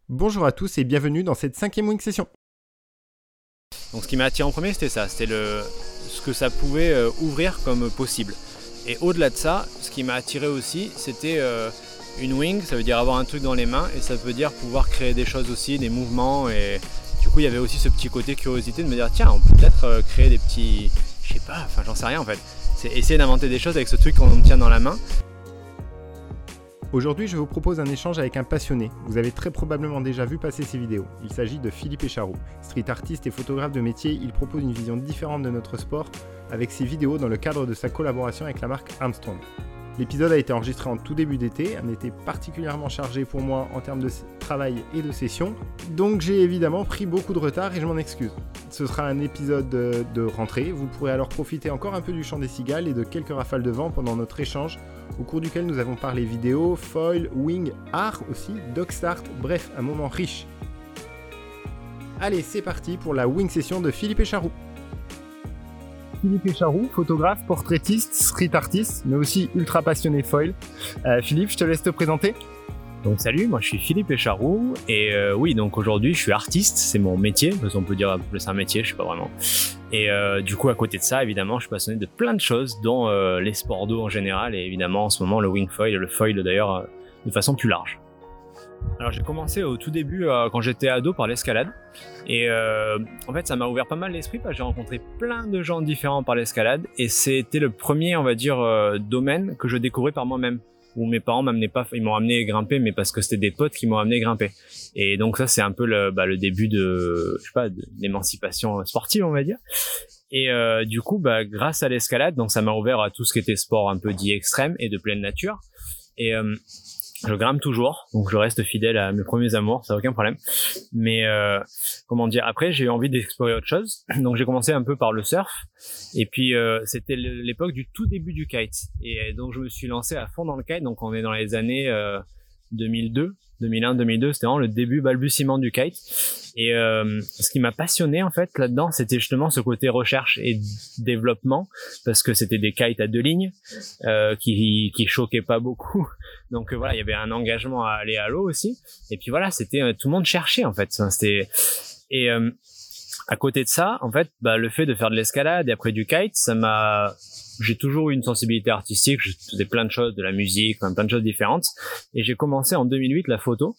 Bonjour à tous et bienvenue dans cette 5e Wing Session. Donc ce qui m'a attiré en premier, c'était ça, c'était ce que ça pouvait ouvrir comme possible. Et au-delà de ça, ce qui m'a attiré aussi, c'était une wing, ça veut dire avoir un truc dans les mains, et ça veut dire pouvoir créer des choses aussi, des mouvements, et du coup il y avait aussi ce petit côté curiosité de me dire tiens, on peut peut-être créer des petits, je sais pas, enfin j'en sais rien en fait. C'est essayer d'inventer des choses avec ce truc qu'on tient dans la main. Aujourd'hui, je vous propose un échange avec un passionné. Vous avez très probablement déjà vu passer ses vidéos. Il s'agit de Philippe Écharoux. Street artiste et photographe de métier, il propose une vision différente de notre sport avec ses vidéos dans le cadre de sa collaboration avec la marque Armstrong. L'épisode a été enregistré en tout début d'été, un été particulièrement chargé pour moi en termes de travail et de session, donc j'ai évidemment pris beaucoup de retard et je m'en excuse. Ce sera un épisode de rentrée, vous pourrez alors profiter encore un peu du chant des cigales et de quelques rafales de vent pendant notre échange, au cours duquel nous avons parlé vidéo, foil, wing, art aussi, dog start, bref, un moment riche. Allez, c'est parti pour la wing session de Philippe Écharoux. Philippe Écharoux, photographe, portraitiste, street artiste, mais aussi ultra passionné foil. Philippe, je te laisse te présenter. Donc salut, moi je suis Philippe Écharoux et oui, donc aujourd'hui je suis artiste, c'est mon métier, parce qu'on peut dire que c'est un métier, je sais pas vraiment. Et du coup à côté de ça, évidemment, je suis passionné de plein de choses, dont les sports d'eau en général et évidemment en ce moment le wing foil et le foil d'ailleurs de façon plus large. Alors j'ai commencé au tout début quand j'étais ado par l'escalade et en fait ça m'a ouvert pas mal l'esprit parce que j'ai rencontré plein de gens différents par l'escalade et c'était le premier on va dire domaine que je découvrais par moi-même où mes parents m'amenaient pas, ils m'ont amené grimper mais parce que c'était des potes qui m'ont amené grimper et donc ça c'est un peu le début de je sais pas de l'émancipation sportive on va dire et du coup grâce à l'escalade donc ça m'a ouvert à tout ce qui était sport un peu dit extrême et de pleine nature et je grimpe toujours, donc je reste fidèle à mes premiers amours, ça n'a aucun problème. Mais comment dire, après j'ai eu envie d'explorer autre chose, donc j'ai commencé un peu par le surf, et puis c'était l'époque du tout début du kite, et donc je me suis lancé à fond dans le kite, donc on est dans les années 2002, 2001, 2002, c'était vraiment le début balbutiement du kite. Et ce qui m'a passionné en fait là-dedans, c'était justement ce côté recherche et développement, parce que c'était des kites à 2 lignes qui choquaient pas beaucoup. Donc voilà, il y avait un engagement à aller à l'eau aussi. Et puis voilà, c'était tout le monde cherchait en fait. C'était et à côté de ça, en fait, le fait de faire de l'escalade et après du kite, j'ai toujours eu une sensibilité artistique, je faisais plein de choses, de la musique, plein de choses différentes. Et j'ai commencé en 2008 la photo,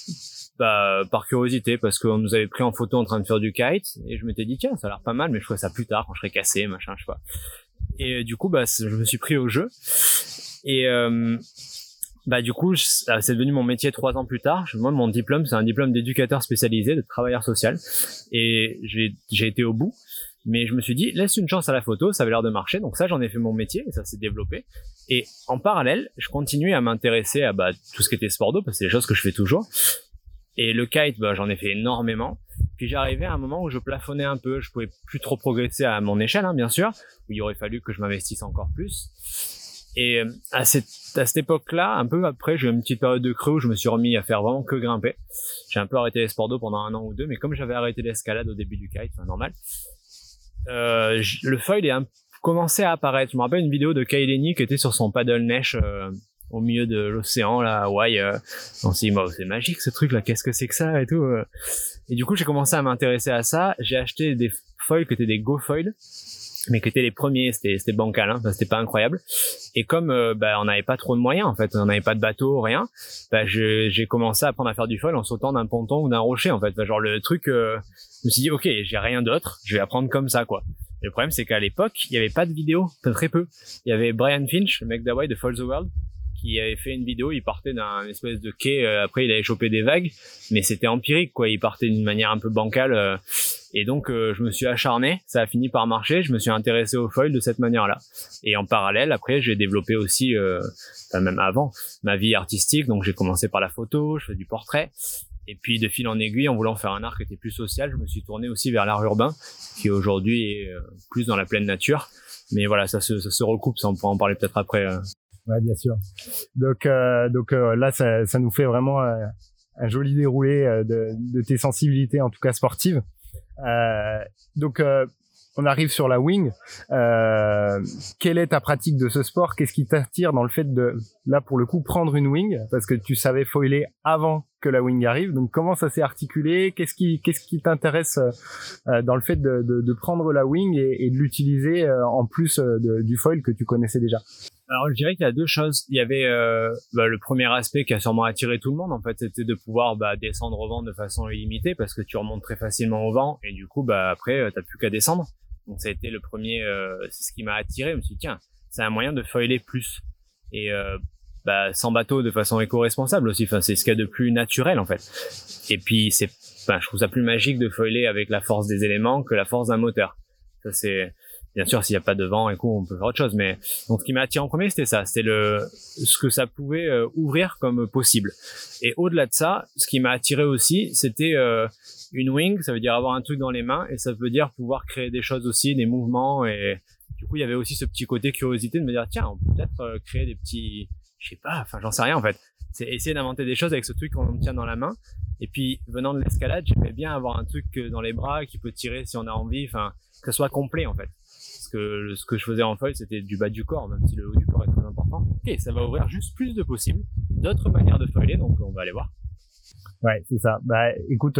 par curiosité, parce qu'on nous avait pris en photo en train de faire du kite, et je m'étais dit, tiens, ça a l'air pas mal, mais je ferai ça plus tard, quand je serai cassé, machin, je sais pas. Et du coup, je me suis pris au jeu. Et du coup, c'est devenu mon métier 3 ans plus tard. Moi, mon diplôme, c'est un diplôme d'éducateur spécialisé, de travailleur social. Et j'ai été au bout. Mais je me suis dit, laisse une chance à la photo, ça avait l'air de marcher. Donc ça, j'en ai fait mon métier et ça s'est développé. Et en parallèle, je continuais à m'intéresser à tout ce qui était sport d'eau, parce que c'est des choses que je fais toujours. Et le kite, j'en ai fait énormément. Puis j'arrivais à un moment où je plafonnais un peu. Je pouvais plus trop progresser à mon échelle, bien sûr, où il aurait fallu que je m'investisse encore plus. Et à cette époque-là, un peu après, j'ai eu une petite période de creux où je me suis remis à faire vraiment que grimper. J'ai un peu arrêté les sports d'eau pendant 1 an ou 2, mais comme j'avais arrêté l'escalade au début du kite, normal, le foil commençait à apparaître. Je me rappelle une vidéo de Kay Lenny qui était sur son paddle neige au milieu de l'océan là, à Hawaï. On s'est dit, c'est magique ce truc là, qu'est-ce que c'est que ça et tout. Et du coup, j'ai commencé à m'intéresser à ça. J'ai acheté des foils qui étaient des Go Foil, mais qui étaient les premiers, c'était bancal, c'était pas incroyable. Et comme on n'avait pas trop de moyens en fait, on n'avait pas de bateau, rien, j'ai commencé à apprendre à faire du foil en sautant d'un ponton ou d'un rocher en fait. Genre le truc, je me suis dit ok, j'ai rien d'autre, je vais apprendre comme ça quoi. Et le problème c'est qu'à l'époque, il y avait pas de vidéo, très peu. Il y avait Brian Finch, le mec d'Hawaii de Fall the World, qui avait fait une vidéo, il partait d'un espèce de quai, après il avait chopé des vagues, mais c'était empirique quoi, il partait d'une manière un peu bancale. Et donc je me suis acharné, ça a fini par marcher, je me suis intéressé au foil de cette manière-là. Et en parallèle, après, j'ai développé aussi, même avant, ma vie artistique. Donc j'ai commencé par la photo, je fais du portrait. Et puis de fil en aiguille, en voulant faire un art qui était plus social, je me suis tourné aussi vers l'art urbain, qui aujourd'hui est plus dans la pleine nature. Mais voilà, ça se recoupe, ça on pourra en parler peut-être après. Ouais, bien sûr. Donc là, ça nous fait vraiment un joli déroulé de tes sensibilités, en tout cas sportives. Donc on arrive sur la wing. Quelle est ta pratique de ce sport? Qu'est-ce qui t'attire dans le fait de, là pour le coup, prendre une wing? Parce que tu savais foiler avant que la wing arrive. Donc comment ça s'est articulé? Qu'est-ce qui t'intéresse dans le fait de prendre la wing et de l'utiliser en plus du foil que tu connaissais déjà? Alors je dirais qu'il y a deux choses. Il y avait le premier aspect qui a sûrement attiré tout le monde, en fait, c'était de pouvoir descendre au vent de façon illimitée, parce que tu remontes très facilement au vent et du coup après t'as plus qu'à descendre. Donc ça a été le premier, c'est ce qui m'a attiré. Je me suis dit tiens, c'est un moyen de foiler plus et sans bateau, de façon éco-responsable aussi. Enfin c'est ce qu'il y a de plus naturel en fait. Et puis je trouve ça plus magique de foiler avec la force des éléments que la force d'un moteur. Ça c'est bien sûr, s'il n'y a pas de vent et on peut faire autre chose. Mais donc, ce qui m'a attiré en premier, c'était ça. C'était ce que ça pouvait ouvrir comme possible. Et au-delà de ça, ce qui m'a attiré aussi, c'était une wing. Ça veut dire avoir un truc dans les mains et ça veut dire pouvoir créer des choses aussi, des mouvements. Et du coup, il y avait aussi ce petit côté curiosité de me dire, tiens, on peut peut-être créer des petits, je sais pas, enfin, j'en sais rien en fait. C'est essayer d'inventer des choses avec ce truc qu'on tient dans la main. Et puis, venant de l'escalade, j'aimais bien avoir un truc dans les bras qui peut tirer si on a envie, enfin, que ce soit complet en fait. Que ce que je faisais en foil, c'était du bas du corps, même si le haut du corps est très important. Ok, ça va ouvrir juste plus de possibles, d'autres manières de foiler, donc on va aller voir. Ouais, c'est ça. Écoute,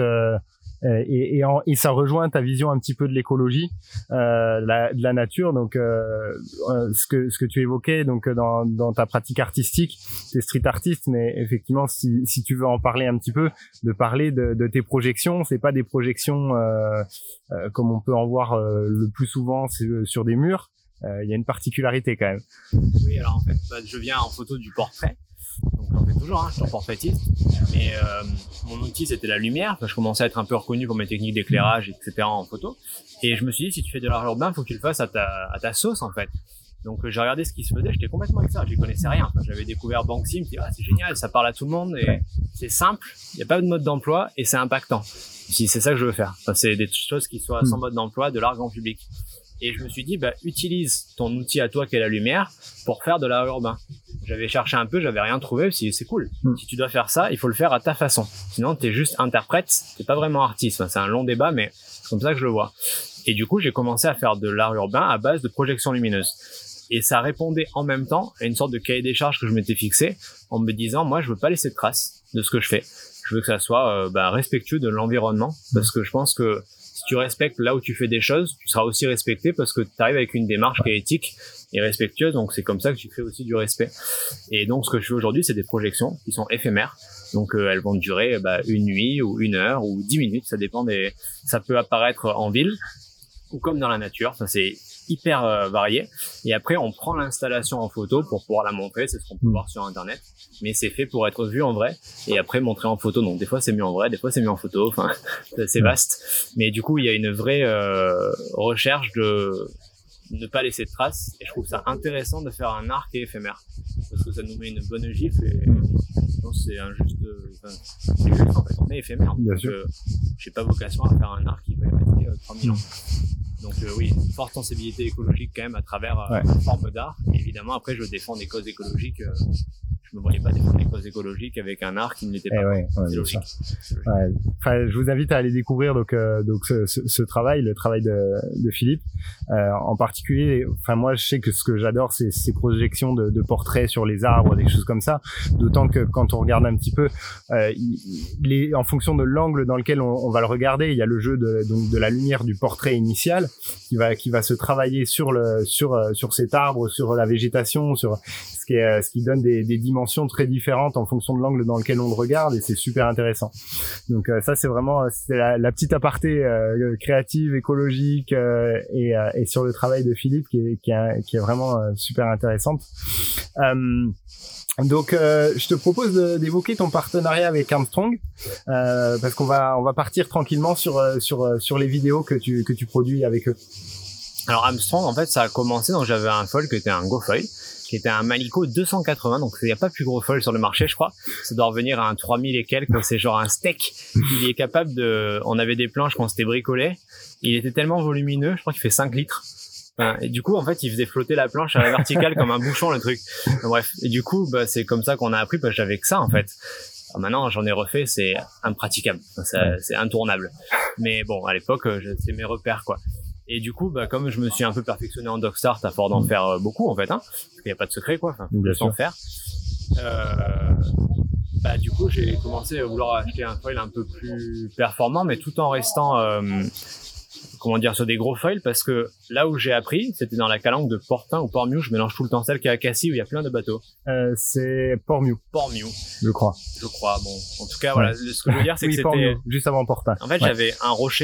et ça rejoint ta vision un petit peu de l'écologie, de la nature. Donc, ce que tu évoquais, donc dans ta pratique artistique, t'es street artiste, mais effectivement, si tu veux en parler un petit peu, de parler de tes projections, c'est pas des projections comme on peut en voir le plus souvent sur des murs. Il y a une particularité quand même. Oui, alors en fait, je viens en photo du portrait. Donc j'en fais toujours, je suis un portraitiste. Mais mon outil c'était la lumière. Je commençais à être un peu reconnu pour mes techniques d'éclairage, etc. en photo. Et je me suis dit, si tu fais de l'art urbain, faut que tu le fasses à ta sauce en fait. Donc j'ai regardé ce qui se faisait, j'étais complètement avec ça, j'y connaissais rien. Enfin, j'avais découvert Banksy, je me suis dit, c'est génial, ça parle à tout le monde et c'est simple, il n'y a pas de mode d'emploi et c'est impactant. Si c'est ça que je veux faire. Enfin, c'est des choses qui soient sans mode d'emploi, de l'art grand public. Et je me suis dit, utilise ton outil à toi qui est la lumière pour faire de l'art urbain. J'avais cherché un peu, j'avais rien trouvé, c'est cool. Si tu dois faire ça, il faut le faire à ta façon. Sinon, t'es juste interprète, t'es pas vraiment artiste. Enfin, c'est un long débat, mais c'est comme ça que je le vois. Et du coup, j'ai commencé à faire de l'art urbain à base de projections lumineuses. Et ça répondait en même temps à une sorte de cahier des charges que je m'étais fixé en me disant, moi, je veux pas laisser de traces de ce que je fais. Je veux que ça soit respectueux de l'environnement, parce que je pense que si tu respectes là où tu fais des choses, tu seras aussi respecté parce que tu arrives avec une démarche qui est éthique et respectueuse, donc c'est comme ça que tu crées aussi du respect. Et donc ce que je fais aujourd'hui, c'est des projections qui sont éphémères, donc elles vont durer une nuit ou 1 heure ou 10 minutes, ça dépend ça peut apparaître en ville ou comme dans la nature, ça c'est hyper varié. Et après on prend l'installation en photo pour pouvoir la montrer, c'est ce qu'on peut voir sur internet, mais c'est fait pour être vu en vrai et après montré en photo. Donc des fois c'est mieux en vrai, des fois c'est mieux en photo, enfin c'est vaste, mais du coup il y a une vraie recherche de ne pas laisser de traces et je trouve ça intéressant de faire un art qui est éphémère parce que ça nous met une bonne gifle et c'est c'est juste en fait, on est éphémère. Bien donc sûr. J'ai pas vocation à faire un art qui va rester 3000 ans. Donc oui, une forte sensibilité écologique quand même à travers une forme d'art. Et évidemment, après, je défends des causes écologiques. Je me voyais pas défendre des causes écologiques avec un art qui ne l'était pas. C'est logique. Enfin, je vous invite à aller découvrir donc ce travail, le travail de Philippe. En particulier, enfin moi je sais que ce que j'adore c'est ces projections de portraits sur les arbres, des choses comme ça. D'autant que quand on regarde un petit peu, en fonction de l'angle dans lequel on va le regarder, il y a le jeu de la lumière du portrait initial qui va se travailler sur cet arbre, sur la végétation, sur ce qui donne des dimensions très différentes en fonction de l'angle dans lequel on le regarde et c'est super intéressant. Donc ça c'est vraiment la petite aparté créative, écologique et sur le travail de Philippe qui est vraiment super intéressante. Donc je te propose d'évoquer ton partenariat avec Armstrong parce qu'on va partir tranquillement sur les vidéos que tu produis avec eux. Alors Armstrong en fait ça a commencé, donc j'avais un foil qui était un GoFoil qui était un Malico 280, donc il n'y a pas plus gros foil sur le marché je crois, ça doit revenir à un 3000 et quelques, c'est genre un steak. Il est capable on avait des planches qu'on s'était bricolées, il était tellement volumineux, je crois qu'il fait 5 litres. Et du coup en fait il faisait flotter la planche à la verticale comme un bouchon le truc. Bref, et du coup c'est comme ça qu'on a appris parce que j'avais que ça en fait. Alors maintenant j'en ai refait, c'est impraticable, c'est intournable. Mais bon à l'époque c'est mes repères quoi. Et du coup, comme je me suis un peu perfectionné en DocStart, à force d'en faire beaucoup en fait, hein, parce qu'il n'y a pas de secret quoi, sans faire. Du coup, j'ai commencé à vouloir acheter un foil un peu plus performant, mais tout en restant, sur des gros foils, parce que là où j'ai appris, c'était dans la calanque de Portin ou Port-Miou. Je mélange tout le temps, celle qui est à Cassis où il y a plein de bateaux. C'est Port-Miou. Port-Miou. Je crois. Bon. En tout cas, voilà. Ce que je veux dire, c'est que c'était Port-Miou, juste avant Portin. En fait, j'avais un rocher,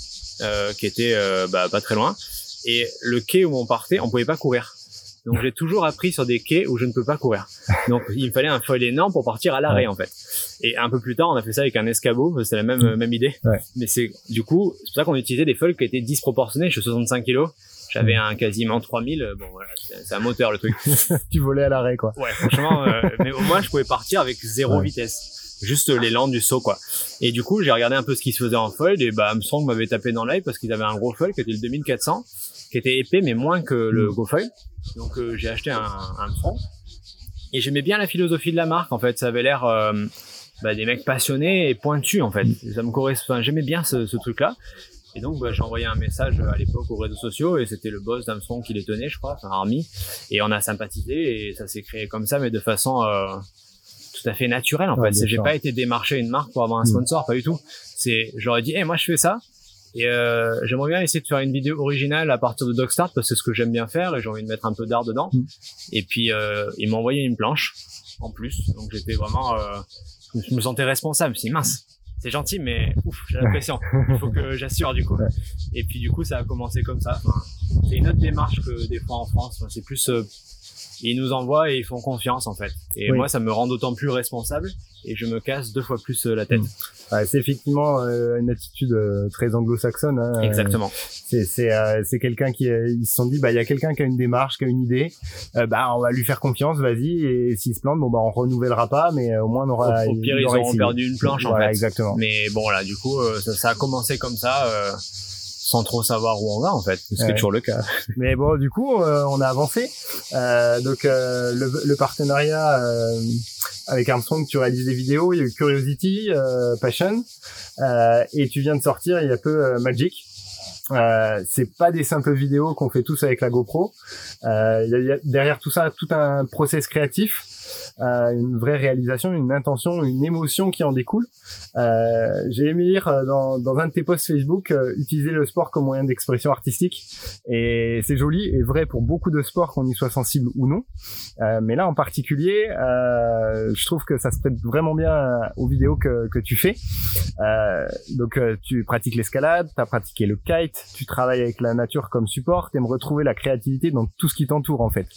qui était, pas très loin. Et le quai où on partait, on pouvait pas courir. Donc j'ai toujours appris sur des quais où je ne peux pas courir. Donc il me fallait un foil énorme pour partir à l'arrêt en fait. Et un peu plus tard, on a fait ça avec un escabeau, c'est la même idée. Ouais. Mais c'est pour ça qu'on utilisait des foils qui étaient disproportionnés. Je suis 65 kg, j'avais un quasiment 3000. Bon voilà, c'est un moteur le truc. Tu volais à l'arrêt quoi. Ouais, franchement, mais au moins je pouvais partir avec zéro vitesse. Juste l'élan du saut quoi. Et du coup, j'ai regardé un peu ce qui se faisait en foil et Armstrong m'avait tapé dans l'œil parce qu'ils avaient un gros foil qui était le 2400, qui était épais mais moins que le GoFoil. Donc j'ai acheté un Armstrong et j'aimais bien la philosophie de la marque en fait. Ça avait l'air des mecs passionnés et pointus en fait. Ça me correspond. J'aimais bien ce truc là. Et donc j'ai envoyé un message à l'époque aux réseaux sociaux et c'était le boss d'Armstrong qui les tenait, je crois, Army. Et on a sympathisé et ça s'est créé comme ça, mais de façon tout à fait naturelle en fait. J'ai pas été démarcher une marque pour avoir un sponsor, pas du tout. J'aurais dit, moi je fais ça. Et j'aimerais bien essayer de faire une vidéo originale à partir de DocStart parce que c'est ce que j'aime bien faire et j'ai envie de mettre un peu d'art dedans. Et puis il m'a envoyé une planche en plus, donc j'étais vraiment, je me sentais responsable. Je me suis dit, mince, c'est gentil mais j'ai la pression, il faut que j'assure du coup. Et puis du coup ça a commencé comme ça. C'est une autre démarche que des fois en France. C'est plus ils nous envoient et ils font confiance en fait. Et moi ça me rend d'autant plus responsable et je me casse 2 fois plus la tête. C'est effectivement une attitude très anglo-saxonne. Hein. Exactement. C'est quelqu'un ils se sont dit il y a quelqu'un qui a une démarche, qui a une idée, on va lui faire confiance, vas-y, et s'il se plante, on renouvellera pas, mais au moins on aura. Au pire ils auront perdu une planche en fait. Exactement. Mais bon là du coup ça a commencé comme ça. Sans trop savoir où on va en fait, ce qui est toujours le cas. Mais bon, du coup, on a avancé. Donc le partenariat avec Armstrong, tu réalises des vidéos. Il y a eu Curiosity, Passion, et tu viens de sortir il y a peu Magic. C'est pas des simples vidéos qu'on fait tous avec la GoPro. Il y a derrière tout ça tout un process créatif. Une vraie réalisation, une intention, une émotion qui en découle. J'ai aimé lire dans un de tes posts Facebook utiliser le sport comme moyen d'expression artistique, et c'est joli et vrai pour beaucoup de sports, qu'on y soit sensible ou non, mais là en particulier je trouve que ça se prête vraiment bien aux vidéos que tu fais. Donc tu pratiques l'escalade, tu as pratiqué le kite, tu travailles avec la nature comme support, tu aimes retrouver la créativité dans tout ce qui t'entoure en fait.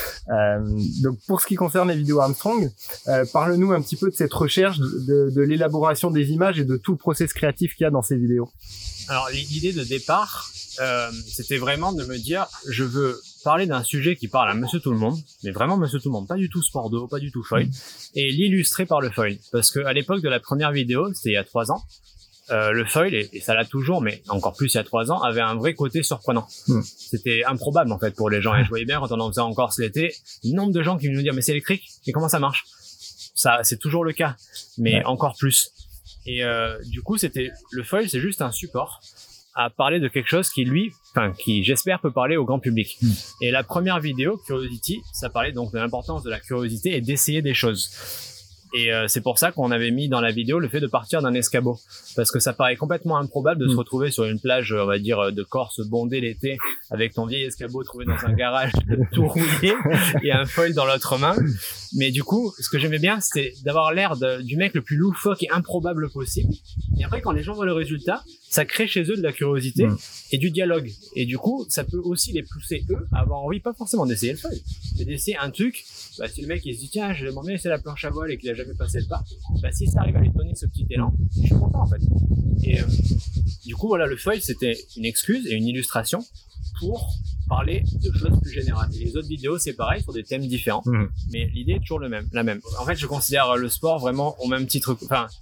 Donc pour ce qui concerne les vidéos Armstrong, parle-nous un petit peu de cette recherche, de l'élaboration des images et de tout le process créatif qu'il y a dans ces vidéos. Alors l'idée de départ, c'était vraiment de me dire, je veux parler d'un sujet qui parle à monsieur tout le monde, mais vraiment monsieur tout le monde, pas du tout sport d'eau, pas du tout foil, et l'illustrer par le foil. Parce que à l'époque de la première vidéo, c'était il y a 3 ans, le foil, et ça l'a toujours, mais encore plus il y a 3 ans, avait un vrai côté surprenant. C'était improbable en fait pour les gens, et je voyais bien quand on en faisait encore cet été, le nombre de gens qui venaient nous dire mais c'est électrique, mais comment ça marche? Ça, c'est toujours le cas, mais encore plus. Et du coup, le foil, c'est juste un support à parler de quelque chose qui j'espère peut parler au grand public. Et la première vidéo, Curiosity, ça parlait donc de l'importance de la curiosité et d'essayer des choses. Et c'est pour ça qu'on avait mis dans la vidéo le fait de partir d'un escabeau, parce que ça paraît complètement improbable de se retrouver sur une plage, on va dire, de Corse bondée l'été, avec ton vieil escabeau trouvé dans un garage tout rouillé et un foil dans l'autre main. Mais du coup, ce que j'aimais bien, c'était d'avoir l'air du mec le plus loufoque et improbable possible. Et après, quand les gens voient le résultat, ça crée chez eux de la curiosité et du dialogue. Et du coup, ça peut aussi les pousser, eux, à avoir envie, pas forcément d'essayer le foil, mais d'essayer un truc. Si le mec, il se dit, tiens, j'aimerais bien essayer la planche à voile et qu'il a jamais passé le pas, si ça arrive à lui donner ce petit élan, je suis content, en fait. Et du coup, voilà, le foil, c'était une excuse et une illustration pour parler de choses plus générales. Et les autres vidéos, c'est pareil, sur des thèmes différents, mais l'idée est toujours la même. En fait, je considère le sport vraiment au même titre,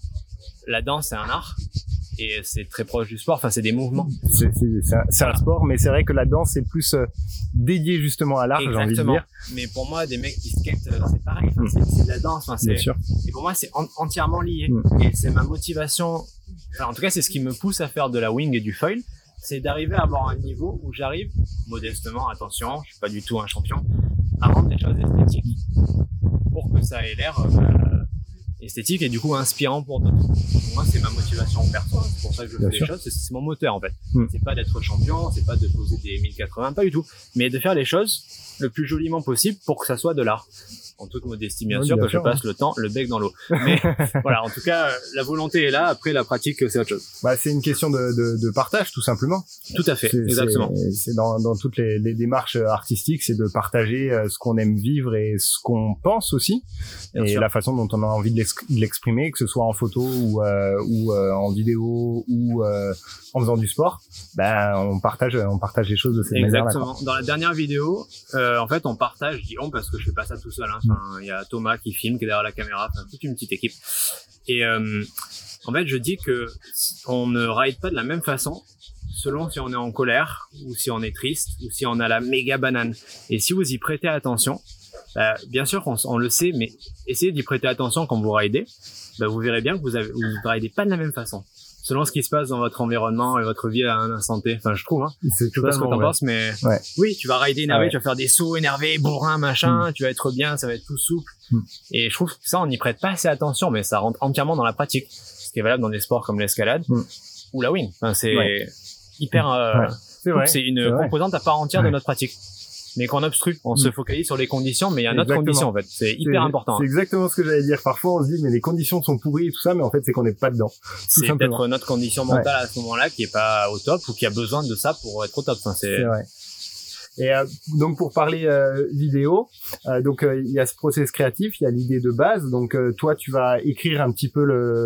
la danse, c'est un art. Et c'est très proche du sport, c'est des mouvements. C'est un sport, mais c'est vrai que la danse, c'est plus dédié justement à l'art, j'ai envie de dire. Mais pour moi, des mecs qui skatent, c'est pareil, c'est de la danse. Bien sûr. Et pour moi, c'est entièrement lié. Et c'est ma motivation, en tout cas, c'est ce qui me pousse à faire de la wing et du foil, c'est d'arriver à avoir un niveau où j'arrive, modestement, attention, je suis pas du tout un champion, à rendre des choses esthétiques pour que ça ait l'air esthétique et du coup inspirant pour d'autres. Moi, c'est ma motivation perso, c'est pour ça que je fais les choses, c'est mon moteur en fait. C'est pas d'être champion, c'est pas de poser des 1080, pas du tout, mais de faire les choses le plus joliment possible pour que ça soit de l'art. En toute modestie, bien sûr, que je passe le temps, le bec dans l'eau. Mais voilà, en tout cas, la volonté est là. Après, la pratique, c'est autre chose. Bah, c'est une question de partage, tout simplement. Tout à fait, exactement. C'est dans toutes les démarches artistiques, c'est de partager ce qu'on aime vivre et ce qu'on pense aussi, bien et sûr. La façon dont on a envie de l'exprimer, que ce soit en photo ou en vidéo ou en faisant du sport. Ben, on partage les choses de cette manière-là. Exactement. Dans la dernière vidéo, en fait, on partage, je dis on parce que je fais pas ça tout seul. Hein. Enfin, il y a Thomas qui filme, qui est derrière la caméra, enfin, toute une petite équipe. Et en fait, je dis que on ne ride pas de la même façon selon si on est en colère ou si on est triste ou si on a la méga banane. Et si vous y prêtez attention, bien sûr on le sait, mais essayez d'y prêter attention quand vous ridez. Vous verrez bien que vous ne ridez pas de la même façon. Selon ce qui se passe dans votre environnement et votre vie à un instant T. Enfin, je trouve, hein. Je sais pas ce que t'en penses, mais oui, tu vas rider énervé, tu vas faire des sauts énervés, bourrin, machin, tu vas être bien, ça va être tout souple. Et je trouve que ça, on n'y prête pas assez attention, mais ça rentre entièrement dans la pratique. Ce qui est valable dans des sports comme l'escalade ou la wing. Enfin, c'est hyper, c'est une composante à part entière de notre pratique. Mais qu'on obstrue, on se focalise sur les conditions, mais il y a une autre condition en fait, c'est hyper important. C'est exactement ce que j'allais dire. Parfois on se dit mais les conditions sont pourries et tout ça, mais en fait c'est qu'on n'est pas dedans. C'est peut-être notre condition mentale à ce moment-là qui est pas au top ou qui a besoin de ça pour être au top. Enfin, c'est vrai. Et donc pour parler vidéo, donc il y a ce process créatif, il y a l'idée de base. Donc toi tu vas écrire un petit peu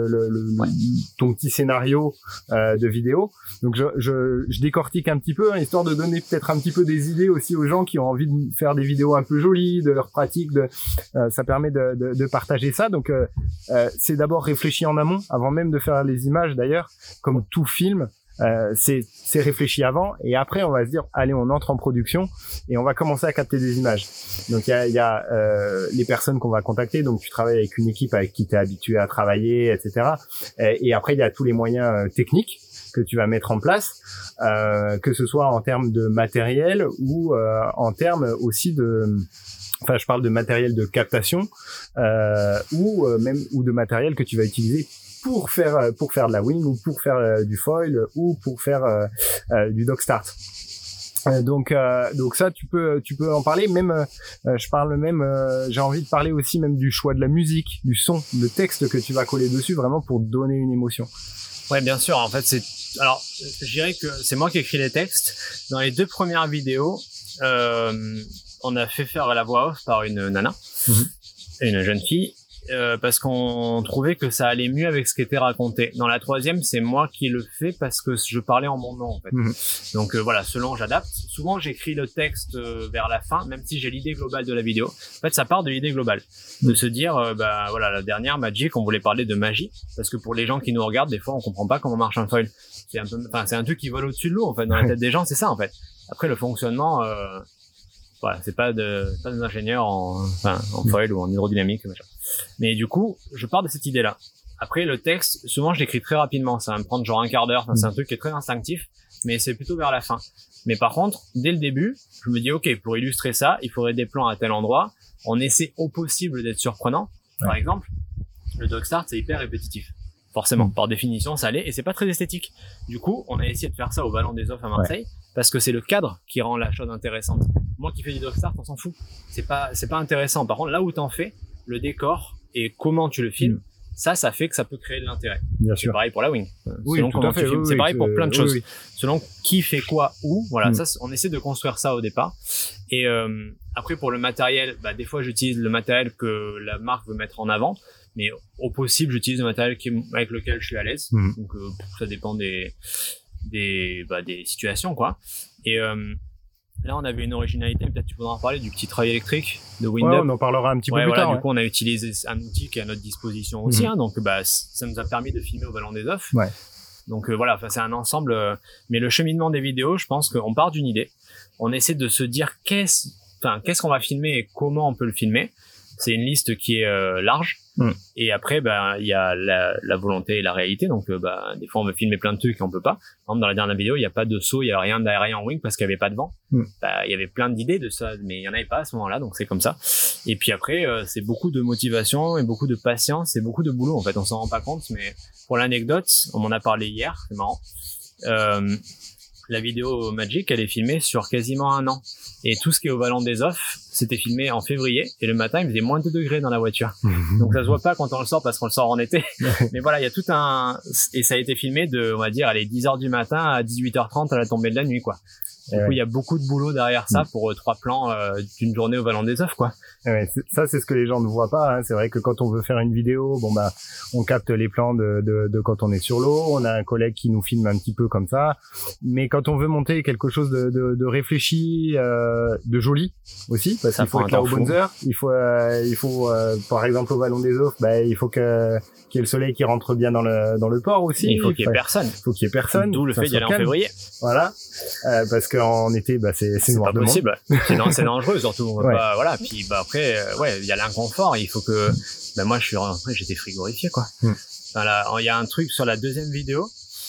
ton petit scénario de vidéo. Donc je décortique un petit peu, hein, histoire de donner peut-être un petit peu des idées aussi aux gens qui ont envie de faire des vidéos un peu jolies, de leur pratique. Ça permet de partager ça. Donc c'est d'abord réfléchi en amont, avant même de faire les images d'ailleurs, comme tout film. C'est réfléchi avant et après on va se dire allez on entre en production et on va commencer à capter des images. Donc il y a les personnes qu'on va contacter, donc tu travailles avec une équipe avec qui tu es habitué à travailler, etc. Et après il y a tous les moyens techniques que tu vas mettre en place, que ce soit en termes de matériel ou en termes aussi enfin je parle de matériel de captation ou de matériel que tu vas utiliser pour faire de la wing ou pour faire du foil ou pour faire du dog start. Donc ça tu peux en parler. Même j'ai envie de parler aussi même du choix de la musique, du son, le texte que tu vas coller dessus vraiment pour donner une émotion. Ouais, bien sûr. En fait, je dirais que c'est moi qui écris les textes. Dans les 2 premières vidéos, on a fait faire la voix off par une nana, une jeune fille. Parce qu'on trouvait que ça allait mieux avec ce qui était raconté. Dans la 3e, c'est moi qui le fais parce que je parlais en mon nom en fait. Donc voilà, selon j'adapte. Souvent j'écris le texte vers la fin, même si j'ai l'idée globale de la vidéo. En fait, ça part de l'idée globale, de se dire voilà, la dernière Magic, on voulait parler de magie parce que pour les gens qui nous regardent, des fois on comprend pas comment marche un foil. C'est un truc qui vole au-dessus de l'eau en fait. Dans la tête des gens, c'est ça en fait. Après le fonctionnement. Voilà, c'est pas des ingénieurs en foil ou en hydrodynamique, machin. Mais du coup, je pars de cette idée-là. Après, le texte, souvent, je l'écris très rapidement. Ça va me prendre genre un quart d'heure. Enfin, c'est un truc qui est très instinctif, mais c'est plutôt vers la fin. Mais par contre, dès le début, je me dis, OK, pour illustrer ça, il faudrait des plans à tel endroit. On essaie au possible d'être surprenant. Par exemple, le dog start, c'est hyper répétitif. Forcément, par définition, ça l'est, et c'est pas très esthétique. Du coup, on a essayé de faire ça au Ballon des Offs à Marseille, parce que c'est le cadre qui rend la chose intéressante. Moi qui fais du dog start, on s'en fout. C'est pas intéressant. Par contre, là où t'en fais, le décor et comment tu le filmes, ça fait que ça peut créer de l'intérêt. Bien sûr. C'est pareil pour la wing. Selon comment tu filmes. C'est pareil pour plein de choses. Selon qui fait quoi où. Voilà. Ça, on essaie de construire ça au départ. Et, après, pour le matériel, des fois, j'utilise le matériel que la marque veut mettre en avant. Mais au possible, j'utilise le matériel avec lequel je suis à l'aise. Donc, ça dépend des situations, quoi. Et, là, on avait une originalité, peut-être tu pourras en parler, du petit treuil électrique de Windup. On en parlera un petit peu plus tard. Du coup, on a utilisé un outil qui est à notre disposition aussi, hein, donc ça nous a permis de filmer au Ballon des Offs. Donc voilà, c'est un ensemble. Mais le cheminement des vidéos, je pense qu'on part d'une idée, on essaie de se dire qu'est-ce qu'on va filmer et comment on peut le filmer. c'est une liste qui est large. Et après, il y a la volonté et la réalité. Donc, des fois, on veut filmer plein de trucs et on peut pas. Par exemple, dans la dernière vidéo, il y a pas de saut, il y a rien d'aérien en wing parce qu'il y avait pas de vent. Il y avait plein d'idées de ça, mais il y en avait pas à ce moment-là, donc c'est comme ça. Et puis après, c'est beaucoup de motivation et beaucoup de patience et beaucoup de boulot. En fait, on s'en rend pas compte, mais pour l'anecdote, on m'en a parlé hier, c'est marrant. La vidéo Magic, elle est filmée sur quasiment 1 an. Et tout ce qui est au Vallon des Offs, c'était filmé en février. Et le matin, il faisait moins de 2 degrés dans la voiture. Donc ça se voit pas quand on le sort parce qu'on le sort en été. Mais voilà, il y a tout et ça a été filmé de, on va dire, 10h du matin à 18h30 à la tombée de la nuit, quoi. Du coup, il y a beaucoup de boulot derrière ça pour 3 plans d'une journée au Vallon des Offs, quoi. Ouais, ça, c'est ce que les gens ne voient pas, hein. C'est vrai que quand on veut faire une vidéo, on capte les plans de quand on est sur l'eau. On a un collègue qui nous filme un petit peu comme ça. Mais quand on veut monter quelque chose de réfléchi, de joli aussi, parce qu'il faut être là aux bonnes heures. Il faut, par exemple, au Vallon des Offs, il faut qu'il y ait le soleil qui rentre bien dans le port aussi. Il faut qu'il y ait personne. Il faut qu'il y ait personne. D'où le fait d'y aller en février. Voilà. Parce qu'en été, c'est noir de monde. C'est pas possible. C'est dangereux, surtout. On va pas, voilà. Puis, après, il y a l'inconfort. Il faut que, moi, j'étais frigorifié, quoi. Enfin, il y a un truc sur la deuxième vidéo.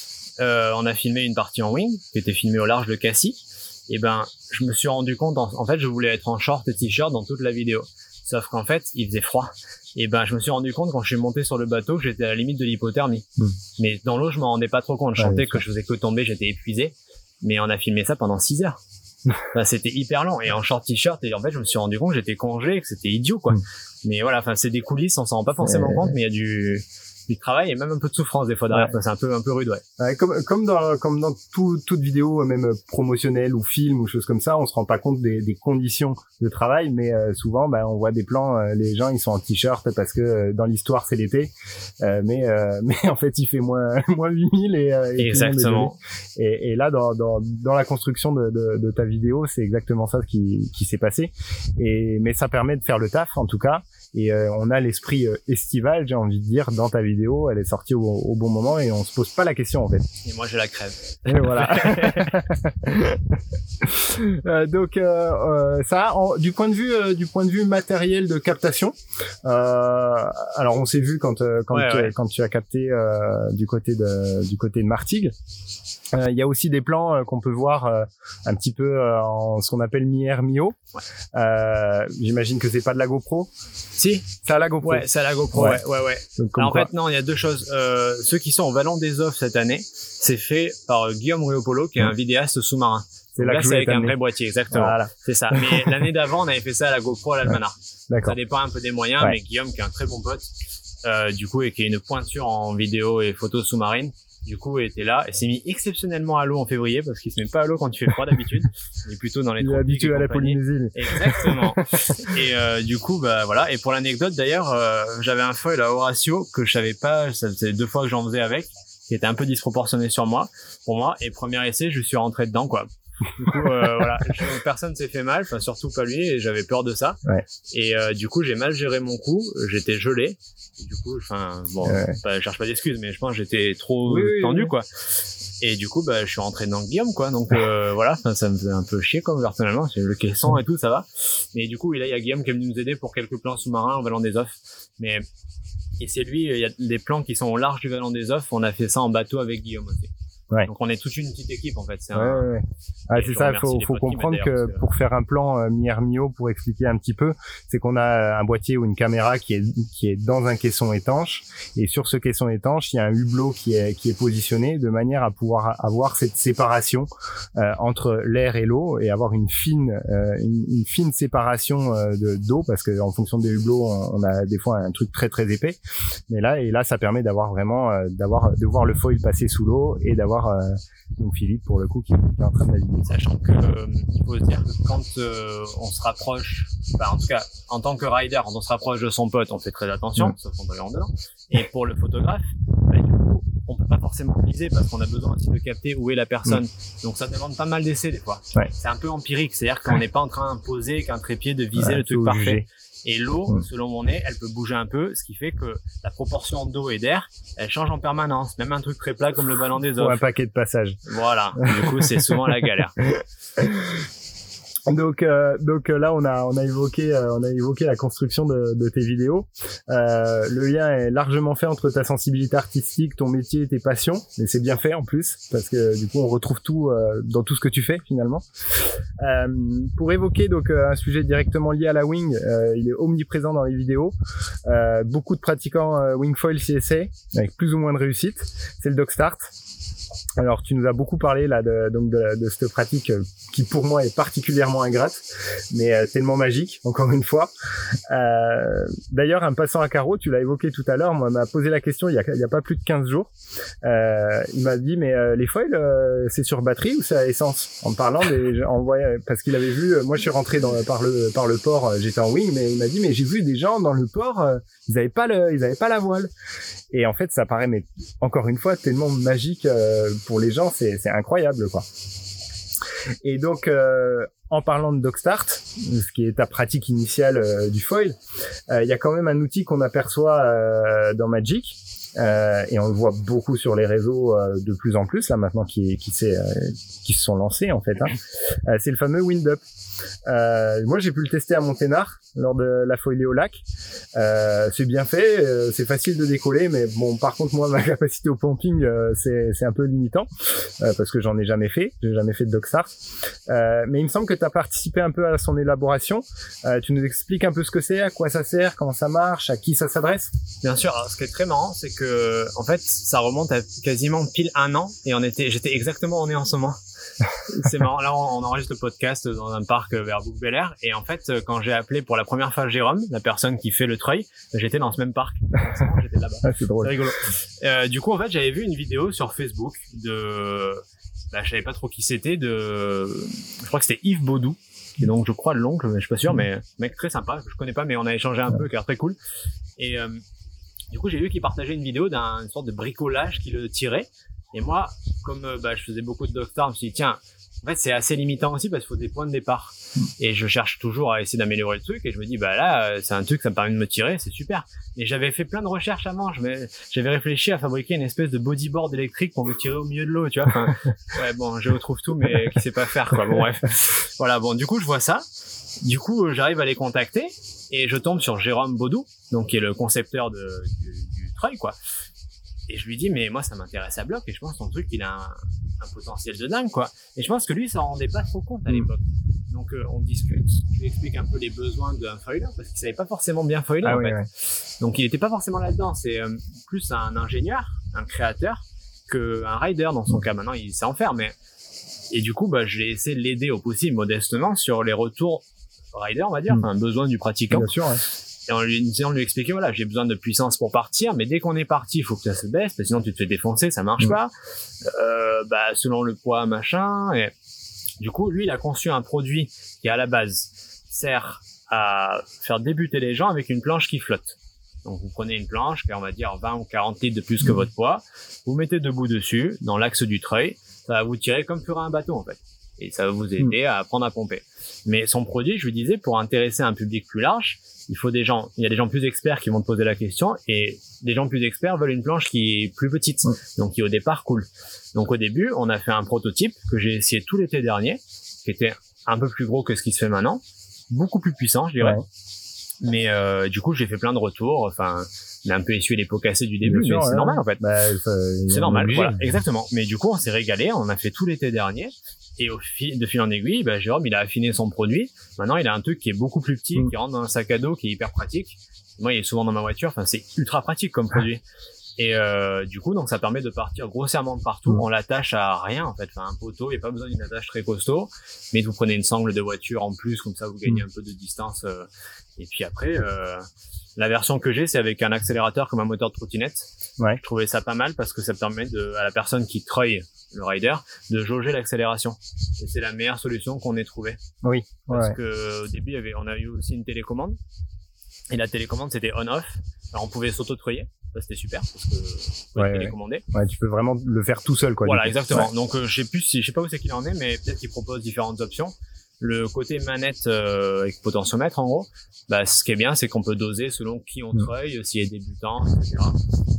On a filmé une partie en wing, qui était filmée au large de Cassis. Et je me suis rendu compte, en fait, je voulais être en short et t-shirt dans toute la vidéo. Sauf qu'en fait, il faisait froid. Et je me suis rendu compte quand je suis monté sur le bateau que j'étais à la limite de l'hypothermie. Mais dans l'eau, je m'en rendais pas trop compte. Je sentais que je faisais que tomber, j'étais épuisé. Mais on a filmé ça pendant 6 heures. C'était hyper long. Et en short t-shirt, et en fait, je me suis rendu compte que j'étais congelé, que c'était idiot, quoi. Mais voilà, c'est des coulisses, on s'en rend pas forcément compte, mais il y a du travail et même un peu de souffrance des fois derrière. C'est un peu rude, comme dans toute vidéo, même promotionnelle ou film ou choses comme ça, on se rend pas compte des conditions de travail, mais souvent on voit des plans, les gens ils sont en t-shirt parce que dans l'histoire c'est l'été, mais en fait il fait moins 8000 et exactement. Et là dans la construction de ta vidéo, c'est exactement ça qui s'est passé. Mais ça permet de faire le taf en tout cas. Et on a l'esprit estival, j'ai envie de dire, dans ta vidéo. Elle est sortie au bon moment et on se pose pas la question en fait. Et moi j'ai la crève. Et voilà. Donc ça, du point de vue matériel de captation. Alors on s'est vu quand tu as capté du côté de Martigues. Il y a aussi des plans qu'on peut voir un petit peu en ce qu'on appelle mi-air, mi-haut. J'imagine que c'est pas de la GoPro. Si. C'est à la GoPro. Ouais, c'est à la GoPro. Ouais. Donc, alors, en fait, non, il y a 2 choses. Ceux qui sont au Vallon des Offs cette année, c'est fait par Guillaume Ruopolo, qui est un vidéaste sous-marin. C'est là que c'est avec un vrai boîtier, exactement. Voilà. C'est ça. Mais l'année d'avant, on avait fait ça à la GoPro à l'Almanar. D'accord. Ça dépend un peu des moyens, mais Guillaume, qui est un très bon pote, du coup, et qui est une pointure en vidéo et photos sous-marines, du coup, il était là et s'est mis exceptionnellement à l'eau en février parce qu'il se met pas à l'eau quand il fait froid d'habitude. Il est plutôt dans les tropiques. Il est habitué à la Polynésie. Exactement. Et du coup, voilà. Et pour l'anecdote d'ailleurs, j'avais un foil à Horatio que je savais pas. Ça faisait 2 fois que j'en faisais avec, qui était un peu disproportionné pour moi. Et premier essai, je suis rentré dedans, quoi. Du coup, voilà, personne s'est fait mal, enfin surtout pas lui, et j'avais peur de ça. Et du coup, j'ai mal géré mon coup, j'étais gelé. Et du coup, je cherche pas d'excuses, mais je pense que j'étais trop tendu, quoi. Et du coup, je suis rentré dans Guillaume, quoi. Donc voilà, ça me faisait un peu chier, quoi, personnellement. C'est le caisson et tout, ça va. Mais du coup, là, il y a Guillaume qui est venu nous aider pour quelques plans sous-marins au Vallon des Offs. Et c'est lui, il y a des plans qui sont au large du Vallon des Offs. On a fait ça en bateau avec Guillaume aussi. Donc on est toute une petite équipe en fait. C'est ça, faut comprendre que pour faire un plan mi-air mi-haut, pour expliquer un petit peu, c'est qu'on a un boîtier ou une caméra qui est dans un caisson étanche, et sur ce caisson étanche, il y a un hublot qui est positionné de manière à pouvoir avoir cette séparation entre l'air et l'eau, et avoir une fine séparation d'eau, parce que en fonction des hublots, on a des fois un truc très très épais, mais là ça permet d'avoir vraiment de voir le foil passer sous l'eau et d'avoir donc Philippe pour le coup qui est en train de naviguer. Sachant que il faut se dire que quand on se rapproche, en tout cas en tant que rider, quand on se rapproche de son pote, on fait très attention, sauf qu'on doit aller en dedans. Et pour le photographe, du coup, on peut pas forcément viser parce qu'on a besoin aussi de capter où est la personne. Donc ça demande pas mal d'essais des fois. C'est un peu empirique, c'est-à-dire qu'on n'est pas en train d'imposer qu'un trépied de viser le truc parfait. Et l'eau, selon mon nez, elle peut bouger un peu, ce qui fait que la proportion d'eau et d'air, elle change en permanence. Même un truc très plat comme le Vallon des Offs. Ou un paquet de passage. Voilà. Du coup, c'est souvent la galère. Donc là on a évoqué la construction de tes vidéos. Le lien est largement fait entre ta sensibilité artistique, ton métier et tes passions, mais c'est bien fait en plus parce que du coup on retrouve tout dans tout ce que tu fais finalement. Pour évoquer donc un sujet directement lié à la wing, il est omniprésent dans les vidéos. Beaucoup de pratiquants wingfoil s'y essaient avec plus ou moins de réussite. C'est le DocStart. Alors tu nous as beaucoup parlé là de cette pratique qui pour moi est particulièrement ingrate, mais tellement magique encore une fois. D'ailleurs, un passant à carreau, tu l'as évoqué tout à l'heure, moi m'a posé la question il y a pas plus de 15 jours. Il m'a dit mais les foils c'est sur batterie ou c'est à essence, en me parlant parce qu'il avait vu, moi je suis rentré par le port, j'étais en wing, mais il m'a dit mais j'ai vu des gens dans le port, ils avaient pas la voile. Et en fait ça paraît mais encore une fois tellement magique pour les gens, c'est incroyable quoi. Et donc en parlant de DocStart, ce qui est ta pratique initiale du foil, il y a quand même un outil qu'on aperçoit dans Magic et on le voit beaucoup sur les réseaux de plus en plus là maintenant qui se sont lancés en fait. C'est le fameux Wind-Up. Moi j'ai pu le tester à Monténard lors de la foilée au lac. C'est bien fait, c'est facile de décoller, mais bon par contre moi ma capacité au pumping c'est un peu limitant parce que j'ai jamais fait de DocStart. Mais il me semble que tu as participé un peu à son élaboration. Tu nous expliques un peu ce que c'est, à quoi ça sert, comment ça marche, à qui ça s'adresse? Bien sûr. Alors, ce qui est très marrant, c'est que en fait ça remonte à quasiment pile 1 an et j'étais exactement en en ce moment. C'est marrant, là on enregistre le podcast dans un parc vers Bouc-Bel-Air et en fait quand j'ai appelé pour la première fois Jérôme, la personne qui fait le treuil, j'étais dans ce même parc. J'étais là-bas. C'est drôle. C'est rigolo. Du coup en fait j'avais vu une vidéo sur Facebook je savais pas trop qui c'était, je crois que c'était Yves Baudou, qui est donc je crois l'oncle, mais je suis pas sûr, mais mec très sympa, que je connais pas mais on a échangé un peu, qui a l'air très cool. Et du coup j'ai vu qu'il partageait une vidéo d'une sorte de bricolage qu'il tirait. Et moi, comme je faisais beaucoup de DocStart, je me suis dit tiens, en fait c'est assez limitant aussi parce qu'il faut des points de départ. Et je cherche toujours à essayer d'améliorer le truc et je me dis là c'est un truc, ça me permet de me tirer, c'est super. Et j'avais fait plein de recherches avant, j'avais réfléchi à fabriquer une espèce de bodyboard électrique pour me tirer au milieu de l'eau, tu vois. Enfin, ouais bon, je retrouve tout mais qui sait pas faire quoi. Bon bref. Voilà, bon du coup je vois ça. Du coup j'arrive à les contacter et je tombe sur Jérôme Baudou, donc qui est le concepteur du treuil quoi. Et je lui dis mais moi ça m'intéresse à bloc et je pense que ton truc il a un potentiel de dingue quoi. Et je pense que lui ça en rendait pas trop compte à l'époque. Donc on discute, je lui explique un peu les besoins d'un foiler parce qu'il savait pas forcément bien foiler en fait. Ouais. Donc il était pas forcément là-dedans, c'est plus un ingénieur, un créateur qu'un rider dans son cas. Maintenant il sait en faire mais et du coup j'ai essayé de l'aider au possible modestement sur les retours rider on va dire, enfin besoin du pratiquant. Bien sûr ouais. Et en lui expliquer voilà j'ai besoin de puissance pour partir mais dès qu'on est parti il faut que ça se baisse parce que sinon tu te fais défoncer, ça marche pas selon le poids machin. Et du coup lui il a conçu un produit qui à la base sert à faire débuter les gens avec une planche qui flotte. Donc vous prenez une planche qui a on va dire 20 ou 40 litres de plus que votre poids, vous mettez debout dessus dans l'axe du treuil, ça va vous tirer comme ferait un bateau en fait et ça va vous aider à apprendre à pomper. Mais son produit je lui disais pour intéresser un public plus large, il y a des gens plus experts qui vont te poser la question et des gens plus experts veulent une planche qui est plus petite, donc qui au départ coule. Donc au début, on a fait un prototype que j'ai essayé tout l'été dernier, qui était un peu plus gros que ce qui se fait maintenant, beaucoup plus puissant, je dirais. Ouais. Mais du coup, j'ai fait plein de retours, enfin, il a un peu essuyé les pots cassés du début, mais c'est normal en fait. C'est normal, voilà, exactement. Mais du coup, on s'est régalé, on a fait tout l'été dernier. Et de fil en aiguille, Jérôme, il a affiné son produit. Maintenant, il a un truc qui est beaucoup plus petit, qui rentre dans un sac à dos, qui est hyper pratique. Moi, il est souvent dans ma voiture. Enfin, c'est ultra pratique comme produit. Et du coup, donc ça permet de partir grossièrement de partout. On l'attache à rien en fait. Enfin, un poteau, il n'y a pas besoin d'une attache très costaud. Mais vous prenez une sangle de voiture en plus, comme ça, vous gagnez un peu de distance. Et puis après, la version que j'ai, c'est avec un accélérateur comme un moteur de trottinette. Ouais. Je trouvais ça pas mal parce que ça permet à la personne qui treuille le rider de jauger l'accélération et c'est la meilleure solution qu'on ait trouvée. Oui. Parce que au début on a eu aussi une télécommande et la télécommande c'était on/off. Alors on pouvait s'auto-treuiller, ça c'était super parce que télécommander. Ouais, tu peux vraiment le faire tout seul quoi. Voilà, exactement. Ouais. Donc je sais pas où c'est qu'il en est, mais peut-être qu'il propose différentes options. Le côté manette avec potentiomètre en gros, ce qui est bien c'est qu'on peut doser selon qui on treuille, s'il est débutant, etc.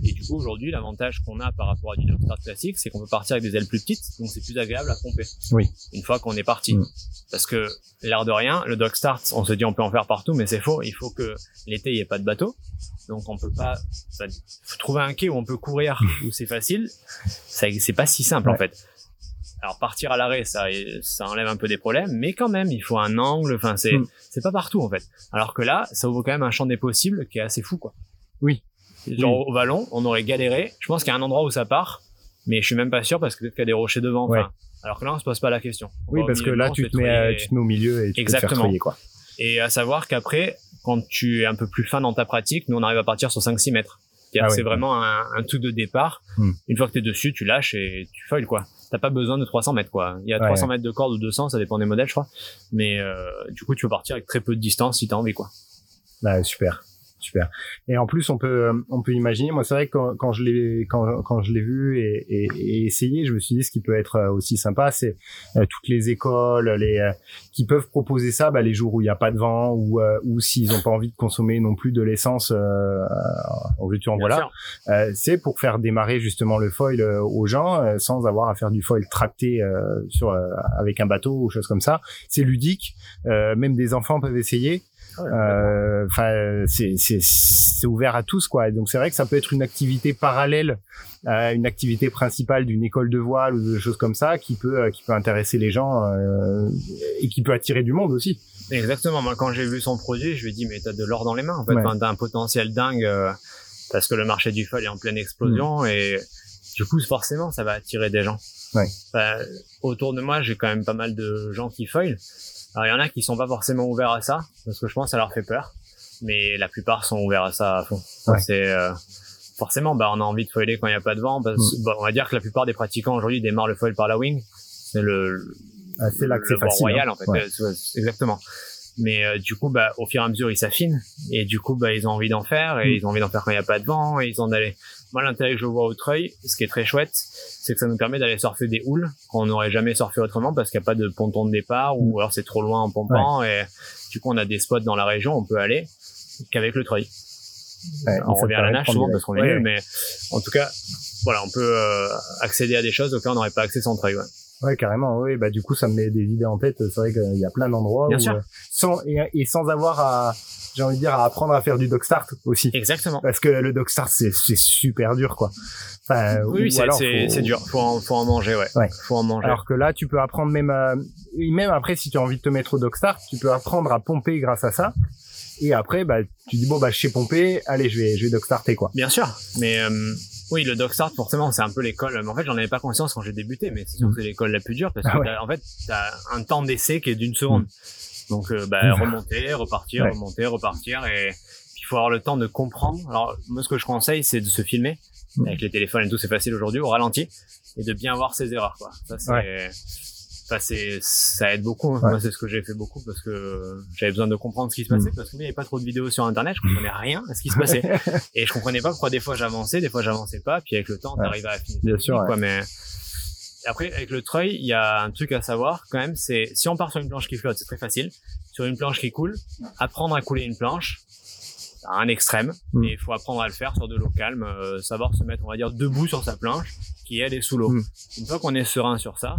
Et du coup, aujourd'hui, l'avantage qu'on a par rapport à du Dogstart classique, c'est qu'on peut partir avec des ailes plus petites, donc c'est plus agréable à pomper. Oui. Une fois qu'on est parti. Parce que, l'air de rien, le Dogstart, on se dit on peut en faire partout, mais c'est faux. Il faut que l'été, il n'y ait pas de bateau. Donc on peut pas, faut trouver un quai où on peut courir, où c'est facile. C'est pas si simple, en fait. Alors partir à l'arrêt, ça enlève un peu des problèmes, mais quand même, il faut un angle. Enfin, c'est pas partout en fait. Alors que là, ça ouvre quand même un champ des possibles qui est assez fou, quoi. Oui. Genre au Vallon, on aurait galéré. Je pense qu'il y a un endroit où ça part, mais je suis même pas sûr parce que peut-être qu'il y a des rochers devant. Enfin, alors que là, on se pose pas la question. Oui, parce que là, tu te mets au milieu et tu peux te faire trouiller, quoi. Et à savoir qu'après, quand tu es un peu plus fin dans ta pratique, nous on arrive à partir sur 5-6 mètres. C'est vraiment un truc de départ. Une fois que t'es dessus, tu lâches et tu foiles, quoi. T'as pas besoin de 300 mètres, quoi. Il y a 300 mètres de corde ou 200, ça dépend des modèles, je crois. Mais du coup, tu peux partir avec très peu de distance si t'as envie, quoi. Bah, super. Et en plus, on peut imaginer. Moi, c'est vrai que quand je l'ai vu et essayé, je me suis dit ce qui peut être aussi sympa, c'est toutes les écoles, qui peuvent proposer ça, les jours où il y a pas de vent ou s'ils ont pas envie de consommer non plus de l'essence en veux-tu en voilà. C'est pour faire démarrer justement le foil aux gens sans avoir à faire du foil tracté avec un bateau ou choses comme ça. C'est ludique. Même des enfants peuvent essayer. Enfin, c'est ouvert à tous, quoi. Et donc c'est vrai que ça peut être une activité parallèle à une activité principale d'une école de voile ou de choses comme ça qui peut intéresser les gens et qui peut attirer du monde aussi. Exactement. Moi, quand j'ai vu son produit, je lui ai dit mais t'as de l'or dans les mains. En fait, t'as un potentiel dingue parce que le marché du foil est en pleine explosion et du coup forcément ça va attirer des gens. Autour de moi, j'ai quand même pas mal de gens qui foilent. Alors, il y en a qui sont pas forcément ouverts à ça, parce que je pense que ça leur fait peur. Mais la plupart sont ouverts à ça à fond. C'est, forcément, on a envie de foiler quand il n'y a pas de vent, parce que, on va dire que la plupart des pratiquants aujourd'hui démarrent le foil par la wing. C'est c'est là que c'est facile, royal, en fait. Exactement. Mais, du coup, au fur et à mesure, ils s'affinent. Et du coup, ils ont envie d'en faire, et ils ont envie d'en faire quand il n'y a pas de vent, et ils ont d'aller. Moi, l'intérêt que je vois au treuil, ce qui est très chouette, c'est que ça nous permet d'aller surfer des houles qu'on n'aurait jamais surfé autrement parce qu'il n'y a pas de ponton de départ ou alors c'est trop loin en pompant et du coup, on a des spots dans la région, on peut aller qu'avec le treuil. On revient à la nage souvent parce qu'on est nul, mais en tout cas, voilà, on peut accéder à des choses auxquelles on n'aurait pas accès sans treuil. Ouais, carrément. Oui, du coup, ça me met des idées en tête. C'est vrai qu'il y a plein d'endroits où, sans avoir à apprendre à faire du Dogstart aussi. Exactement. Parce que le Dogstart, c'est super dur, quoi. Enfin, c'est dur. Faut en manger, Faut en manger. Alors que là, tu peux apprendre même après, si tu as envie de te mettre au Dogstart, tu peux apprendre à pomper grâce à ça. Et après, tu dis, je sais pomper, allez, je vais Dogstarter, quoi. Bien sûr. Mais, oui, le Dogstart, forcément, c'est un peu l'école. Mais en fait, j'en avais pas conscience quand j'ai débuté, mais c'est sûr que c'est l'école la plus dure parce que t'as un temps d'essai qui est d'1 seconde. Donc, remonter, repartir, et il faut avoir le temps de comprendre. Alors, moi, ce que je conseille, c'est de se filmer. Avec les téléphones et tout, c'est facile aujourd'hui, au ralenti, et de bien voir ses erreurs, quoi. Ça, ça aide beaucoup. Moi, c'est ce que j'ai fait beaucoup parce que j'avais besoin de comprendre ce qui se passait parce qu'il n'y avait pas trop de vidéos sur Internet, je comprenais rien à ce qui se passait. Et je comprenais pas pourquoi des fois j'avançais pas, puis avec le temps, t'arrives à affiner. Bien sûr, quoi, mais après, avec le treuil, il y a un truc à savoir quand même, c'est si on part sur une planche qui flotte, c'est très facile. Sur une planche qui coule, apprendre à couler une planche, c'est un extrême, mais il faut apprendre à le faire sur de l'eau calme, savoir se mettre, on va dire, debout sur sa planche, qui elle est sous l'eau. Une fois qu'on est serein sur ça,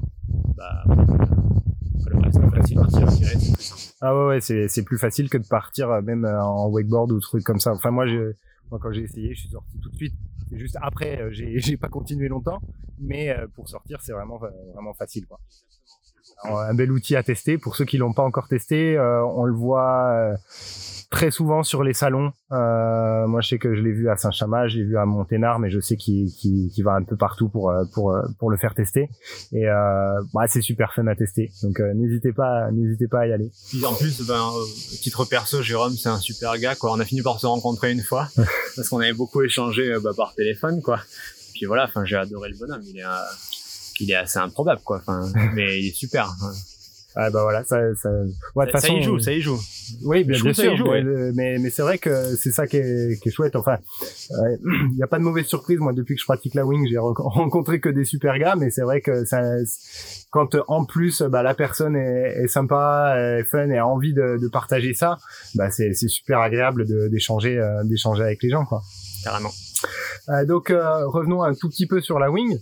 le reste c'est facile, tirer, c'est plus simple. Ah ouais, c'est plus facile que de partir même en wakeboard ou truc comme ça. Enfin moi quand j'ai essayé, je suis sorti tout de suite. C'est juste après, j'ai pas continué longtemps, mais pour sortir, c'est vraiment facile, quoi. Alors, un bel outil à tester pour ceux qui l'ont pas encore testé. On le voit très souvent sur les salons. Moi, je sais que je l'ai vu à Saint-Chamas, je l'ai vu à Monténard, mais je sais qu'il va un peu partout pour le faire tester. Et c'est super fun à tester. Donc n'hésitez pas à y aller. Puis en plus, titre perso, Jérôme, c'est un super gars, quoi. On a fini par se rencontrer une fois parce qu'on avait beaucoup échangé par téléphone, quoi. Puis voilà, j'ai adoré le bonhomme. Il est assez improbable, quoi. Mais il est super. Ah voilà, ça y joue. Oui, bien sûr, mais c'est vrai que c'est ça qui est chouette. Enfin, il y a pas de mauvaise surprise. Moi, depuis que je pratique la wing, j'ai rencontré que des super gars, mais c'est vrai que quand en plus la personne est sympa, est fun et a envie de partager ça, c'est super agréable d'échanger avec les gens, quoi. Carrément. Donc revenons un tout petit peu sur la wing.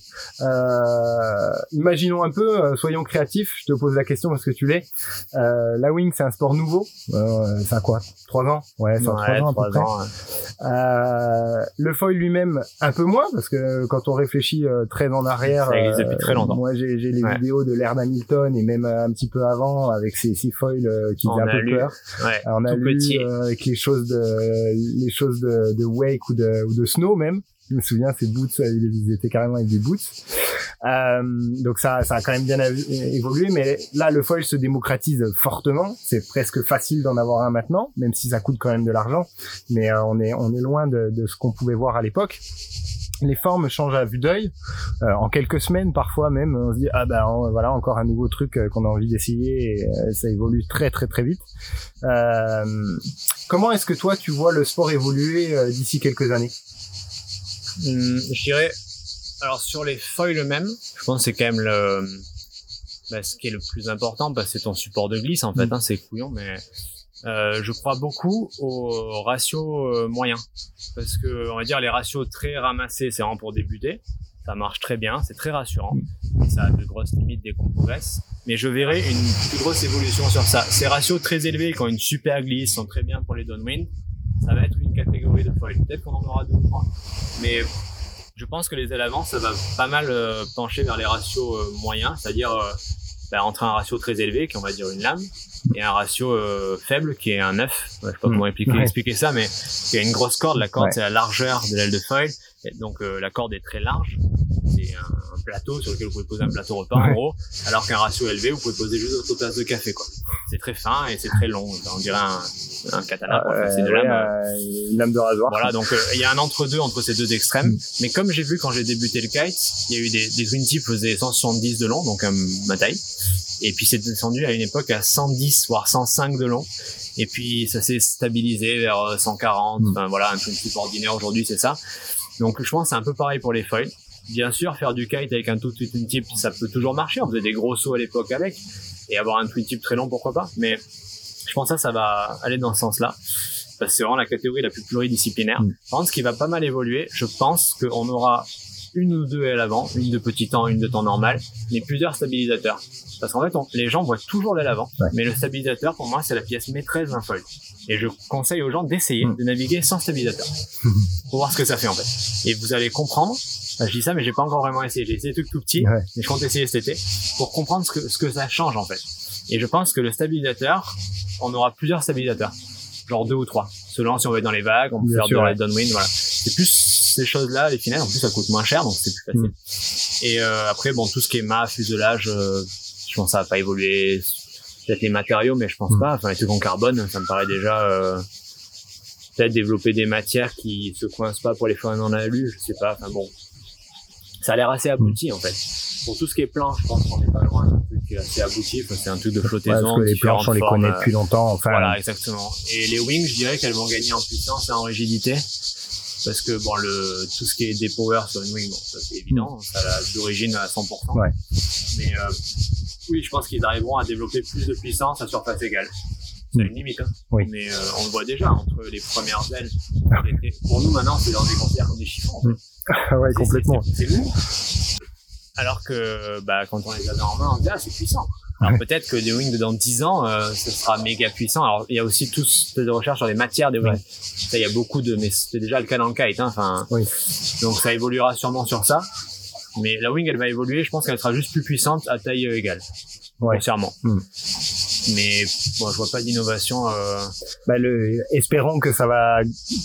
Imaginons un peu, soyons créatifs. Je te pose la question parce que tu l'es. La wing, c'est un sport nouveau. Ça a quoi, 3 ans? Ouais, ça a 3 ans à peu près. Ouais. Le foil lui-même, un peu moins, parce que quand on réfléchit très en arrière, ça existe depuis très longtemps. Moi, j'ai les vidéos de l'ère d'Hamilton et même un petit peu avant avec ces foils qui faisaient un peu peur. Ouais, on a lu avec les choses de wake ou de snow même. Je me souviens, ces boots, ils étaient carrément avec des boots. Donc ça a quand même bien évolué, mais là, le foil se démocratise fortement. C'est presque facile d'en avoir un maintenant, même si ça coûte quand même de l'argent. Mais on est loin de ce qu'on pouvait voir à l'époque. Les formes changent à vue d'œil. En quelques semaines, parfois même, on se dit voilà, encore un nouveau truc qu'on a envie d'essayer. Et ça évolue très très très vite. Comment est-ce que toi, tu vois le sport évoluer d'ici quelques années? Je dirais, alors sur les foils eux-mêmes, je pense que c'est quand même ce qui est le plus important, parce que c'est ton support de glisse en fait, c'est couillon, mais je crois beaucoup au ratio moyen, parce que on va dire les ratios très ramassés, c'est vraiment pour débuter, ça marche très bien, c'est très rassurant, ça a de grosses limites dès qu'on progresse, mais je verrai une plus grosse évolution sur ça. Ces ratios très élevés qui ont une super glisse sont très bien pour les downwind. Ça va être une catégorie de foil. Peut-être qu'on en aura 2 ou 3. Mais je pense que les ailes avant, ça va pas mal pencher vers les ratios moyens, c'est-à-dire entre un ratio très élevé, qui est on va dire une lame, et un ratio faible, qui est un œuf. Je sais pas comment expliquer ça, mais il y a une grosse corde. La corde, c'est la largeur de l'aile de foil. Et donc la corde est très large. C'est un plateau sur lequel vous pouvez poser un plateau repas en gros, alors qu'un ratio élevé, vous pouvez poser juste votre tasse de café, quoi. C'est très fin et c'est très long. On dirait un katana, c'est une lame de rasoir. Voilà, donc il y a un entre-deux entre ces deux extrêmes. Mais comme j'ai vu quand j'ai débuté le kite, il y a eu des twin tips faisaient 170 de long, donc ma taille. Et puis c'est descendu à une époque à 110 voire 105 de long. Et puis ça s'est stabilisé vers 140. Enfin voilà, un twin tip ordinaire aujourd'hui, c'est ça. Donc je pense que c'est un peu pareil pour les foils. Bien sûr, faire du kite avec un tout twin tip, ça peut toujours marcher. On faisait des gros sauts à l'époque avec, et avoir un twin tip très long, pourquoi pas. Mais je pense que ça va aller dans ce sens-là, parce que c'est vraiment la catégorie la plus pluridisciplinaire. Par contre, ce qui va pas mal évoluer, je pense qu'on aura une ou deux ailes avant, une de petit temps, une de temps normal, mais plusieurs stabilisateurs. Parce qu'en fait, les gens voient toujours l'aile avant, mais le stabilisateur, pour moi, c'est la pièce maîtresse d'un foil. Et je conseille aux gens d'essayer de naviguer sans stabilisateur, pour voir ce que ça fait en fait. Et vous allez comprendre. Je dis ça, mais j'ai pas encore vraiment essayé. J'ai essayé des trucs tout petits, mais je compte essayer cet été pour comprendre ce que ça change en fait. Et je pense que le stabilisateur, on aura plusieurs stabilisateurs, genre 2 ou 3, selon si on va être dans les vagues, on peut faire de la downwind, voilà. C'est plus ces choses-là, les finales. En plus, ça coûte moins cher, donc c'est plus facile. Et après, bon, tout ce qui est mât, fuselage, je pense que ça va pas évoluer. Peut-être les matériaux, mais je pense pas. Enfin, les trucs en carbone, ça me paraît déjà. Peut-être développer des matières qui se coincent pas pour les foils en alu, je sais pas. Enfin bon. Ça a l'air assez abouti en fait. Pour tout ce qui est planche, je pense qu'on n'est pas loin d'un truc assez abouti. Enfin, c'est un truc de flottaison. Parce que les planches, on les connaît depuis longtemps. Enfin, voilà, exactement. Et les wings, je dirais qu'elles vont gagner en puissance et en rigidité. Parce que bon, tout ce qui est dépower sur une wing, bon, ça c'est évident. Ça a d'origine à 100%. Ouais. Mais oui, je pense qu'ils arriveront à développer plus de puissance à surface égale. C'est une limite, hein. Oui. Mais on le voit déjà entre les premières ailes. Pour nous maintenant, c'est dans des considérés comme des chiffons. En fait. Ouais, complètement. C'est lourd. Alors que quand on les a en main, on dit c'est puissant. Alors peut-être que des wings dans 10 ans, ce sera méga puissant. Alors il y a aussi tout de recherche sur les matières des wings. Ça, il y a beaucoup mais c'était déjà le cas dans le kite, hein. Enfin, donc ça évoluera sûrement sur ça. Mais la wing, elle va évoluer. Je pense qu'elle sera juste plus puissante à taille égale. Grossièrement. Mais bon, je vois pas d'innovation. Espérons que ça va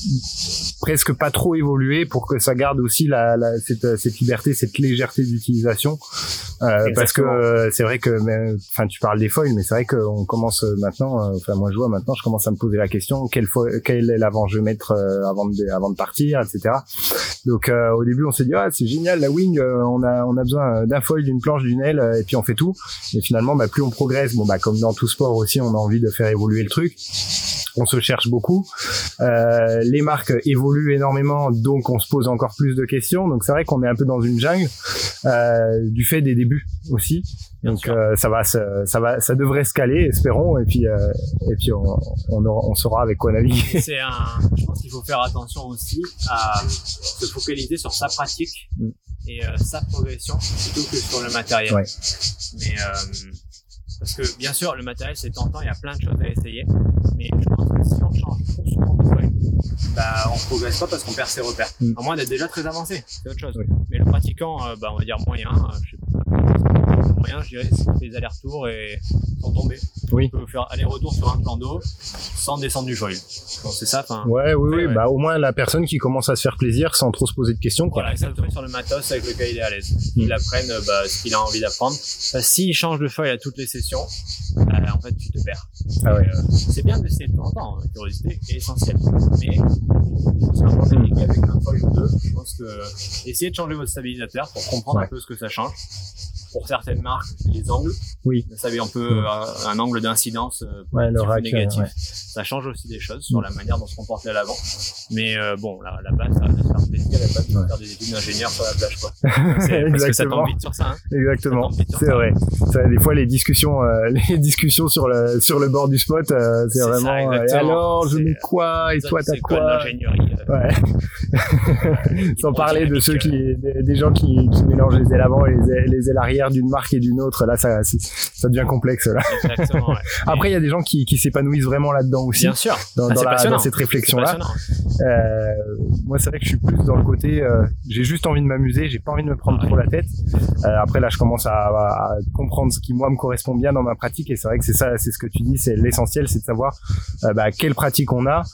presque pas trop évoluer pour que ça garde aussi cette liberté, cette légèreté d'utilisation. Parce que c'est vrai que, tu parles des foils, mais c'est vrai qu'on commence maintenant. Moi, je vois maintenant, je commence à me poser la question quel est l'avant je vais mettre avant de partir, etc. Donc au début, on s'est dit c'est génial la wing, on a besoin d'un foil, d'une planche, d'une aile, et puis on fait tout. Et finalement, plus on progresse, comme dans tout sport aussi, on a envie de faire évoluer le truc. on se cherche beaucoup. Les marques évoluent énormément, donc on se pose encore plus de questions. Donc c'est vrai qu'on est un peu dans une jungle du fait des débuts aussi. Donc ça devrait se caler, espérons. Et puis on saura avec quoi naviguer. Je pense qu'il faut faire attention aussi à se focaliser sur sa pratique et sa progression plutôt que sur le matériel. Ouais. Mais parce que bien sûr le matériel c'est tentant, il y a plein de choses à essayer, mais je pense que si on change trop souvent de feuille, on progresse pas parce qu'on perd ses repères. À moins d'être déjà très avancé, c'est autre chose. Oui. Mais le pratiquant, on va dire moyen, je sais pas, moyen, je dirais, c'est qu'il fait des allers-retours et sans tomber. Oui. On peut faire aller-retour sur un plan d'eau sans descendre du foil. Bon, c'est ça. Ouais. Bah au moins la personne qui commence à se faire plaisir sans trop se poser de questions. Quoi. Voilà, exactement sur le matos avec lequel il est à l'aise. Il apprenne ce qu'il a envie d'apprendre. S'il change de feuille à toutes les sessions, en fait tu te perds. Ah ouais. C'est bien d'essayer de temps en temps, la curiosité est essentielle. Mais c'est un peu technique avec un feuille ou deux. Je pense que essayez de changer votre stabilisateur pour comprendre un peu ce que ça change. Pour certaines marques, les angles. Oui. Vous savez, on peut un angle d'incidence positif ou négatif. Ça change aussi des choses sur la manière dont se comporter à l'avant. Mais bon, la base, ça va se faire plaisir et pas de faire des études d'ingénieur sur la plage, quoi. Parce que ça tombe vite sur ça. Hein. Exactement. C'est vrai. Ça, des fois, les discussions sur le bord du spot, c'est vraiment. Et alors, je mets quoi et toi, t'as quoi l'ingénierie. Ouais. Sans parler de des gens qui mélangent les ailes avant et les ailes arrière d'une marque et d'une autre, là ça devient complexe là. Exactement, ouais. Après il y a des gens qui s'épanouissent vraiment là-dedans aussi. Bien sûr. Dans cette réflexion là. Moi c'est vrai que je suis plus dans le côté j'ai juste envie de m'amuser, j'ai pas envie de me prendre trop la tête. Après là je commence à comprendre ce qui moi me correspond bien dans ma pratique et c'est vrai que c'est ce que tu dis, c'est l'essentiel, c'est de savoir quelle pratique on a.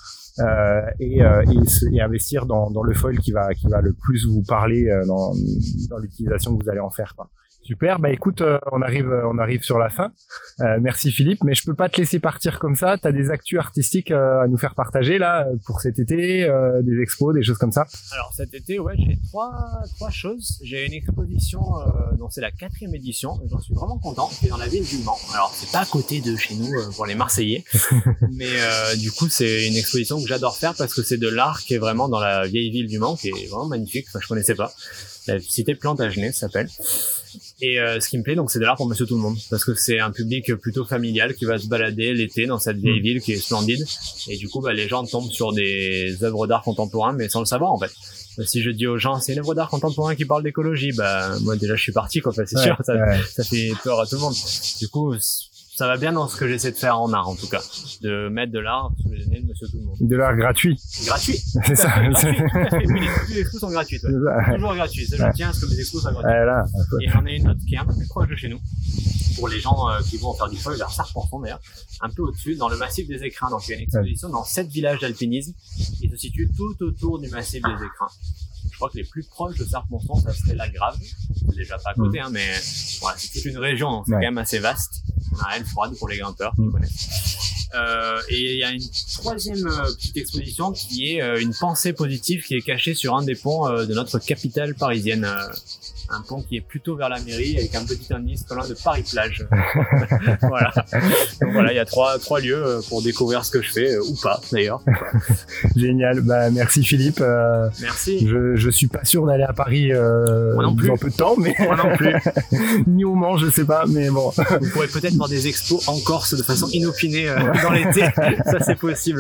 Et investir dans le foil qui va le plus vous parler dans l'utilisation que vous allez en faire, quoi. Super, écoute, on arrive sur la fin. Merci Philippe, mais je peux pas te laisser partir comme ça. T'as des actus artistiques à nous faire partager là pour cet été, des expos, des choses comme ça. Alors cet été, j'ai trois choses. J'ai une exposition dont c'est la 4e édition. J'en suis vraiment content. Qui est dans la ville du Mans. Alors c'est pas à côté de chez nous pour les Marseillais, mais du coup c'est une exposition que j'adore faire parce que c'est de l'art qui est vraiment dans la vieille ville du Mans, qui est vraiment magnifique. Enfin je connaissais pas. La cité Plantagenet s'appelle. Et ce qui me plaît, donc, c'est de l'art pour Monsieur Tout le Monde, parce que c'est un public plutôt familial qui va se balader l'été dans cette vieille ville qui est splendide. Et du coup, les gens tombent sur des œuvres d'art contemporain, mais sans le savoir en fait. Si je dis aux gens, c'est une œuvre d'art contemporain qui parle d'écologie, moi déjà je suis parti, quoi. C'est sûr, ça fait peur à tout le monde. Du coup, ça va bien dans ce que j'essaie de faire en art, en tout cas. De mettre de l'art sous les nez de Monsieur Tout le Monde. De l'art gratuit. Gratuit. C'est ça. Gratuit. Les expos sont gratuites, Toujours gratuits. Ça, je tiens à ce que mes expos soient gratuits. Et j'en ai une autre qui est un peu plus proche de chez nous. Pour les gens qui vont faire du foil vers Sarpenson, d'ailleurs. Un peu au-dessus, dans le massif des Écrins. Donc, il y a une exposition dans 7 villages d'alpinisme. Qui se situe tout autour du massif des Écrins. Je crois que les plus proches de Sarpenson, ça serait la Grave. C'est déjà pas à côté, mais voilà, c'est toute une région, donc c'est quand même assez vaste. On a froide pour les grimpeurs qui connaissent. Et il y a une 3e petite exposition qui est une pensée positive qui est cachée sur un des ponts de notre capitale parisienne. Un pont qui est plutôt vers la mairie avec un petit indice pas loin de Paris-Plage. Voilà. Donc voilà, il y a trois lieux pour découvrir ce que je fais, ou pas d'ailleurs. Génial. Merci Philippe. Merci. Je suis pas sûr d'aller à Paris dans peu de temps, mais moi non plus. Ni au Mans, je sais pas, mais bon. Vous pourrez peut-être voir des expos en Corse de façon inopinée dans l'été. Ça c'est possible,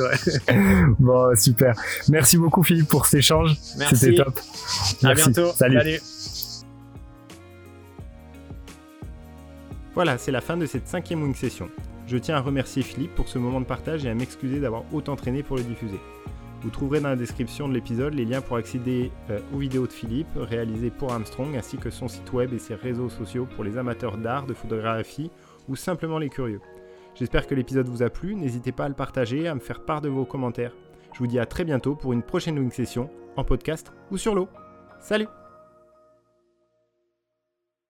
Bon, super. Merci beaucoup Philippe pour cet échange. Merci. C'était top. Merci. À bientôt. Salut. Voilà, c'est la fin de cette 5e Wing Session. Je tiens à remercier Philippe pour ce moment de partage et à m'excuser d'avoir autant traîné pour le diffuser. Vous trouverez dans la description de l'épisode les liens pour accéder aux vidéos de Philippe réalisées pour Armstrong, ainsi que son site web et ses réseaux sociaux pour les amateurs d'art, de photographie ou simplement les curieux. J'espère que l'épisode vous a plu, n'hésitez pas à le partager, à me faire part de vos commentaires. Je vous dis à très bientôt pour une prochaine Wing Session, en podcast ou sur l'eau. Salut!